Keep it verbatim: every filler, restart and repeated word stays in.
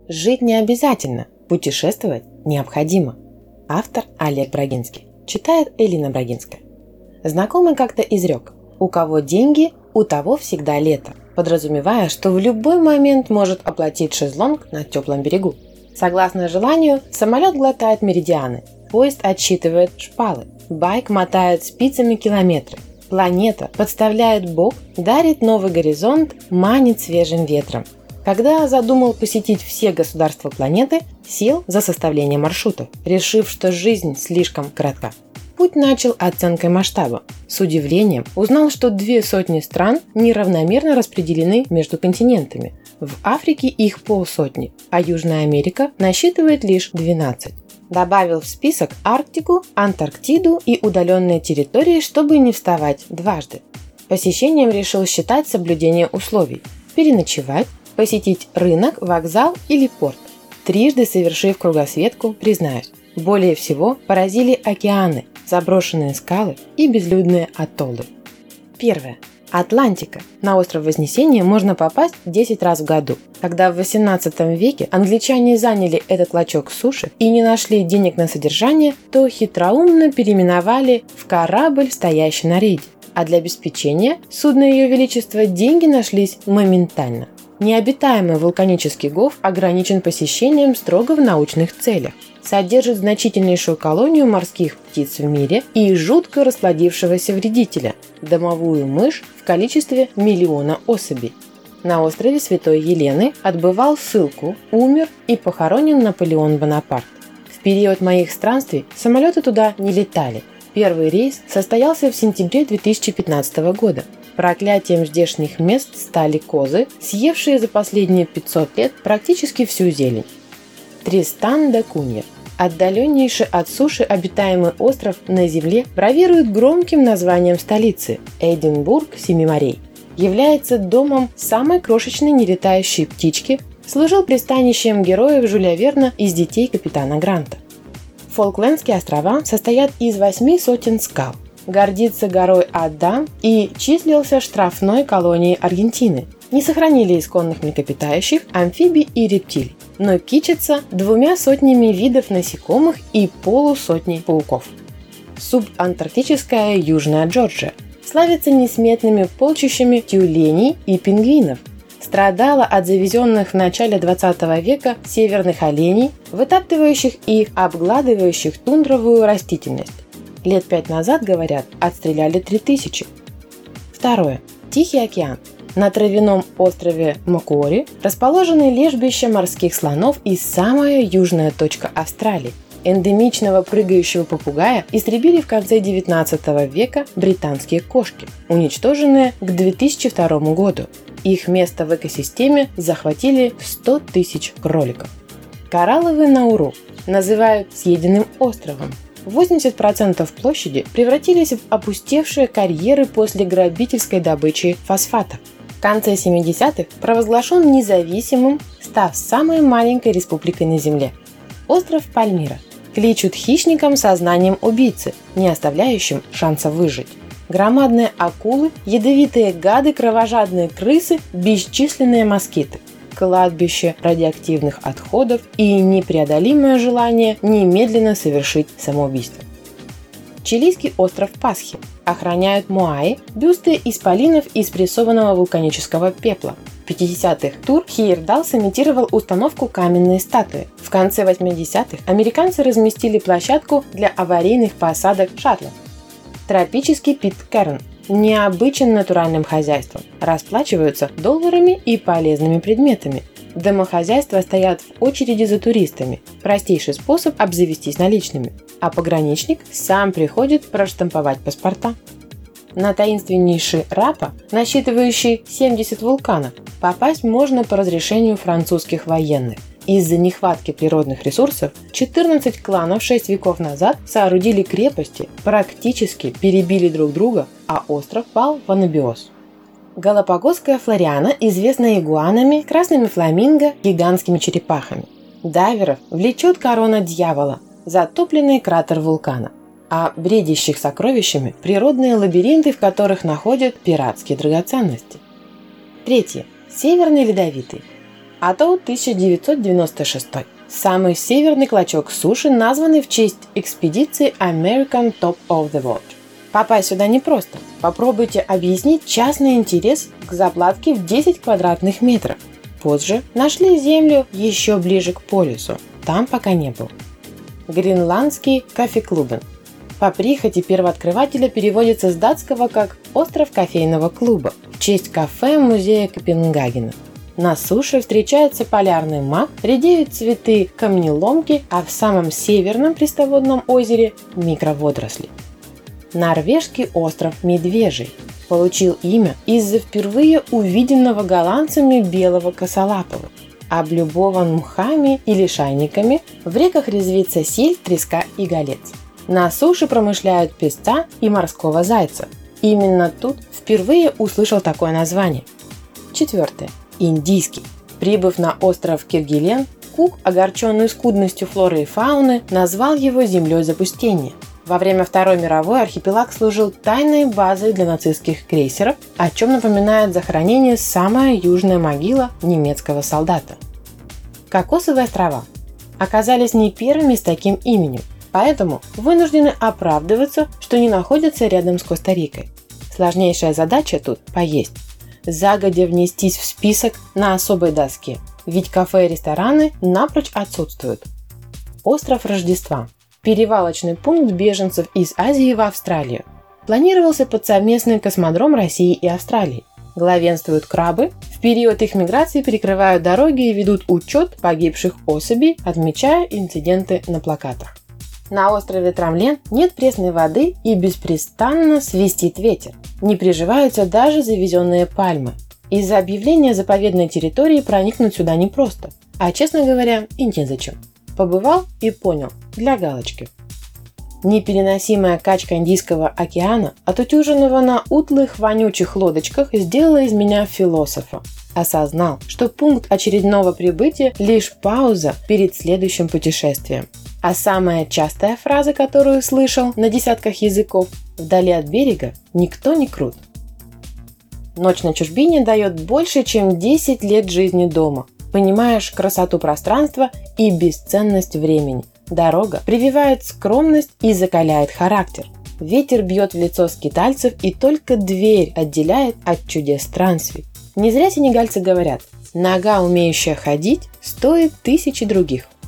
Жить не обязательно, путешествовать необходимо. Автор Олег Брагинский. Читает Элина Брагинская. Знакомый как-то изрек: «У кого деньги, у того всегда лето», подразумевая, что в любой момент может оплатить шезлонг на теплом берегу. Согласно желанию, самолет глотает меридианы, поезд отсчитывает шпалы, байк мотает спицами километры, планета подставляет бок, дарит новый горизонт, манит свежим ветром. Когда задумал посетить все государства планеты, сел за составление маршрутов, решив, что жизнь слишком коротка. Путь начал оценкой масштаба. С удивлением узнал, что две сотни стран неравномерно распределены между континентами. В Африке их полсотни, а Южная Америка насчитывает лишь двенадцать. Добавил в список Арктику, Антарктиду и удаленные территории, чтобы не вставать дважды. Посещением решил считать соблюдение условий: переночевать, посетить рынок, вокзал или порт. Трижды совершив кругосветку, признаюсь, более всего поразили океаны, заброшенные скалы и безлюдные атоллы. Первое. Атлантика. На остров Вознесения можно попасть десять раз в году. Когда в восемнадцатом веке англичане заняли этот клочок суши и не нашли денег на содержание, то хитроумно переименовали в корабль, стоящий на рейде. А для обеспечения судна Ее Величества деньги нашлись моментально. Необитаемый вулканический Гоф ограничен посещением строго в научных целях. Содержит значительнейшую колонию морских птиц в мире и жутко расплодившегося вредителя – домовую мышь в количестве миллиона особей. На острове Святой Елены отбывал ссылку, умер и похоронен Наполеон Бонапарт. В период моих странствий самолеты туда не летали. Первый рейс состоялся в сентябре две тысячи пятнадцатого года. Проклятием здешних мест стали козы, съевшие за последние пятьсот лет практически всю зелень. Тристан да Кунья. Отдаленнейший от суши обитаемый остров на земле бравирует громким названием столицы – Эдинбург Семи морей. Является домом самой крошечной нелетающей птички, служил пристанищем героев Жюля Верна из детей капитана Гранта. Фолклендские острова состоят из восьми сотен скал. Гордится горой Адам и числился штрафной колонией Аргентины. Не сохранили исконных млекопитающих, амфибий и рептилий, но кичится двумя сотнями видов насекомых и полусотней пауков. Субантарктическая Южная Джорджия славится несметными полчищами тюленей и пингвинов. Страдала от завезенных в начале двадцатого века северных оленей, вытаптывающих и обгладывающих тундровую растительность. Лет пять назад, говорят, отстреляли три тысячи. Второе. Тихий океан. На травяном острове Макуори расположены лежбища морских слонов и самая южная точка Австралии. Эндемичного прыгающего попугая истребили в конце девятнадцатого века британские кошки, уничтоженные к две тысячи второму году. Их место в экосистеме захватили сто тысяч кроликов. Коралловый Науру называют съеденным островом. восемьдесят процентов площади превратились в опустевшие карьеры после грабительской добычи фосфатов. В конце семидесятых провозглашен независимым, став самой маленькой республикой на Земле. Остров Пальмира. Кличут хищником со знанием убийцы, не оставляющим шанса выжить. Громадные акулы, ядовитые гады, кровожадные крысы, бесчисленные москиты. Кладбище радиоактивных отходов и непреодолимое желание немедленно совершить самоубийство. Чилийский остров Пасхи. Охраняют моаи, бюсты исполинов из прессованного вулканического пепла. В пятидесятых тур Хейердал сымитировал установку каменной статуи. В конце восьмидесятых американцы разместили площадку для аварийных посадок шаттлов. Тропический Питкэрн. Необычен натуральным хозяйством. Расплачиваются долларами и полезными предметами. Домохозяйства стоят в очереди за туристами. Простейший способ обзавестись наличными. А пограничник сам приходит проштамповать паспорта. На таинственнейший Рапа, насчитывающий семьдесят вулканов, попасть можно по разрешению французских военных. Из-за нехватки природных ресурсов четырнадцать кланов шесть веков назад соорудили крепости, практически перебили друг друга, а остров пал в анабиоз. Галапагосская Флориана известна игуанами, красными фламинго, гигантскими черепахами. Дайверов влечет корона дьявола, затопленный кратер вулкана, а бредящих сокровищами природные лабиринты, в которых находят пиратские драгоценности. Третье. Северный ледовитый. Атолл тысяча девятьсот девяносто шестой. Самый северный клочок суши, названный в честь экспедиции American Top of the World. Попасть сюда непросто. Попробуйте объяснить частный интерес к заплатке в десять квадратных метров. Позже нашли землю еще ближе к полюсу. Там пока не был. Гренландский кофеклубен. По прихоти первооткрывателя переводится с датского как «остров кофейного клуба» в честь кафе-музея Копенгагена. На суше встречается полярный мак, редеют цветы камнеломки, а в самом северном пресноводном озере – микроводоросли. Норвежский остров Медвежий получил имя из-за впервые увиденного голландцами белого косолапого. Облюбован мхами и лишайниками, в реках резвится сельдь, треска и голец. На суше промышляют песца и морского зайца. Именно тут впервые услышал такое название. Четвертое. Индийский. Прибыв на остров Кергилен, Кук, огорченный скудностью флоры и фауны, назвал его землей запустения. Во время Второй мировой архипелаг служил тайной базой для нацистских крейсеров, о чем напоминает захоронение самая южная могила немецкого солдата. Кокосовые острова оказались не первыми с таким именем, поэтому вынуждены оправдываться, что не находятся рядом с Коста-Рикой. Сложнейшая задача тут – поесть. Загодя внестись в список на особой доске, ведь кафе и рестораны напрочь отсутствуют. Остров Рождества. Перевалочный пункт беженцев из Азии в Австралию. Планировался под совместный космодром России и Австралии. Главенствуют крабы. В период их миграции перекрывают дороги и ведут учет погибших особей, отмечая инциденты на плакатах. На острове Трамлен нет пресной воды и беспрестанно свистит ветер. Не приживаются даже завезенные пальмы. Из-за объявления заповедной территории проникнуть сюда непросто. А, честно говоря, и незачем. Побывал и понял. Для галочки. Непереносимая качка Индийского океана, отутюженного на утлых вонючих лодочках, сделала из меня философа. Осознал, что пункт очередного прибытия – лишь пауза перед следующим путешествием. А самая частая фраза, которую слышал на десятках языков – вдали от берега никто не крут. Ночь на чужбине дает больше, чем десять лет жизни дома. Понимаешь красоту пространства и бесценность времени. Дорога прививает скромность и закаляет характер. Ветер бьет в лицо скитальцев, и только дверь отделяет от чудес странствий. Не зря сенегальцы говорят: «Нога, умеющая ходить, стоит тысячи других».